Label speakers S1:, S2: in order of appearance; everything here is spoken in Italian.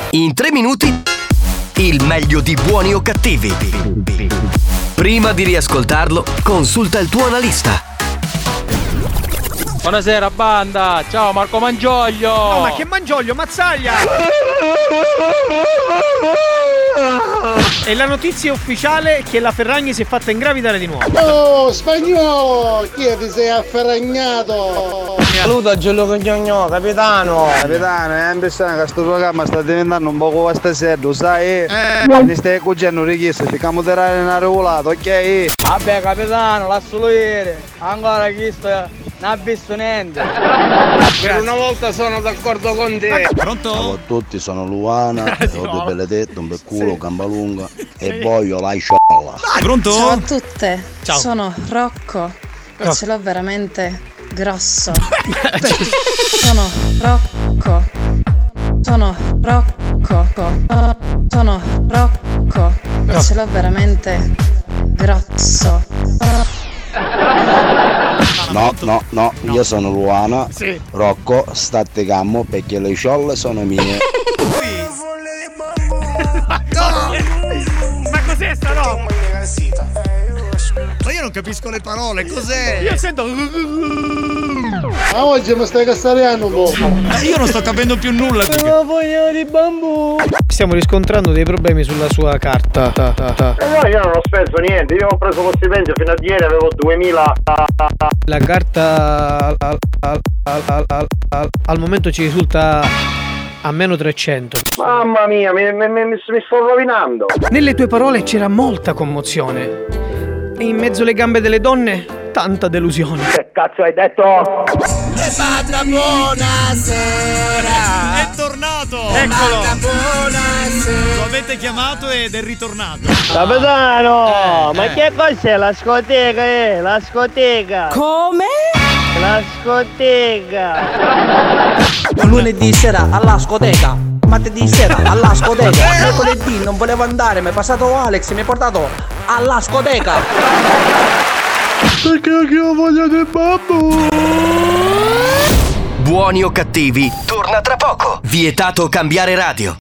S1: In 3 minuti, il meglio di Buoni o Cattivi. Prima di riascoltarlo, consulta il tuo analista.
S2: Buonasera banda, ciao Marco Mangioglio.
S3: No, ma che Mangioglio, Mazzaglia! E la notizia ufficiale è che la Ferragni si è fatta ingravidare di nuovo.
S4: Oh, spagnolo! Chi è ti sei afferragnato?
S5: Saluto a Giulio Cognogno, capitano.
S6: Capitano, è interessante che questo programma sta diventando un po' stasera, sai? Mi stai cucendo richiesto, cerchiamo di dare una regolata, ok?
S5: Vabbè capitano, lascio lo ieri. Ancora chiesto, non ha visto niente. Per una volta sono d'accordo con te.
S7: Pronto?
S8: Ciao a tutti, sono Luana, ho due belle tette, un bel culo, gamba lunga e voglio la scialla.
S7: Pronto?
S9: Ciao a tutte,
S7: Ciao.
S9: sono Rocco e ce l'ho veramente grosso. Sono Rocco. E ce l'ho veramente grosso.
S8: No, io sono Luana, Rocco, state calmo perché le sciolle sono mie.
S3: Ma cos'è sta roba?
S7: Ma io non capisco le parole, cos'è?
S3: Io sento.
S4: Ma oggi mi stai castareando un po'.
S7: Io non sto capendo più nulla perché...
S5: Una foglia di bambù.
S3: Stiamo riscontrando dei problemi sulla sua carta.
S6: No, io non ho speso niente, io ho preso lo stipendio fino a ieri, avevo 2000.
S3: La carta al momento ci risulta a meno 300.
S6: Mamma mia, mi sto rovinando.
S3: Nelle tue parole c'era molta commozione e in mezzo alle gambe delle donne tanta delusione.
S6: Che cazzo hai detto?
S7: È tornato!
S3: Eccolo!
S7: Lo avete chiamato ed è ritornato.
S5: Capitano, ma che cos'è la scoteca? La scoteca.
S9: Come?
S5: La scoteca.
S10: Lunedì sera alla scoteca, martedì sera alla scoteca, mercoledì non volevo andare, mi è passato Alex e mi ha portato alla scoteca.
S4: Perché io voglio del babbo?
S1: Buoni o Cattivi torna tra poco. Vietato cambiare radio.